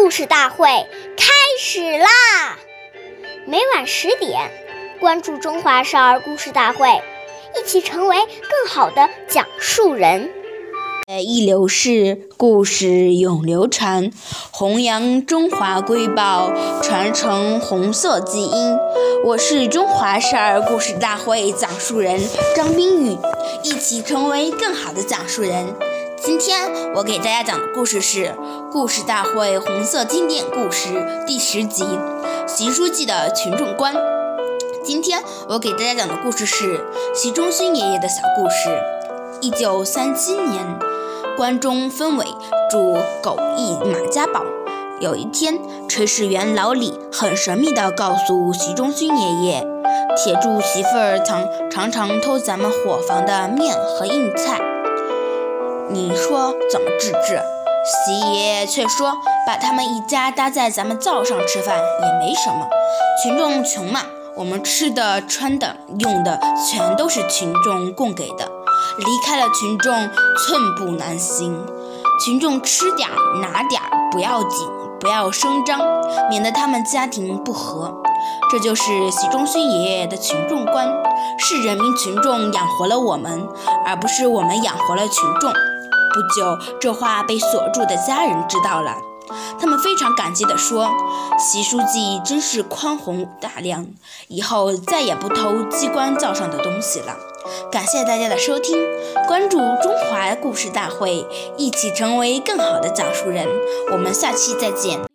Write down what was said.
故事大会开始啦！每晚10点，关注中华少儿故事大会，一起成为更好的讲述人。 一流世，故事永流传，弘扬中华瑰宝，传承红色基因。我是中华少儿故事大会讲述人张冰雨，一起成为更好的讲述人。今天我给大家讲的故事是《故事大会红色经典故事》第10集《习书记的群众观》。今天我给大家讲的故事是习仲勋爷爷的小故事。1937年，关中分委驻狗驿马家堡。有一天，炊事员老李很神秘地告诉习仲勋爷爷，铁柱媳妇儿常常偷咱们伙房的面和硬菜，你说怎么治？习爷爷却说，把他们一家搭在咱们灶上吃饭也没什么，群众穷嘛，我们吃的、穿的、用的全都是群众供给的，离开了群众寸步难行。群众吃点拿点不要紧，不要声张，免得他们家庭不和。这就是习仲勋爷爷的群众观，是人民群众养活了我们，而不是我们养活了群众。不久，这话被所住的家人知道了，他们非常感激地说，习书记真是宽宏大量，以后再也不偷机关灶上的东西了。感谢大家的收听，关注中华故事大会，一起成为更好的讲述人。我们下期再见。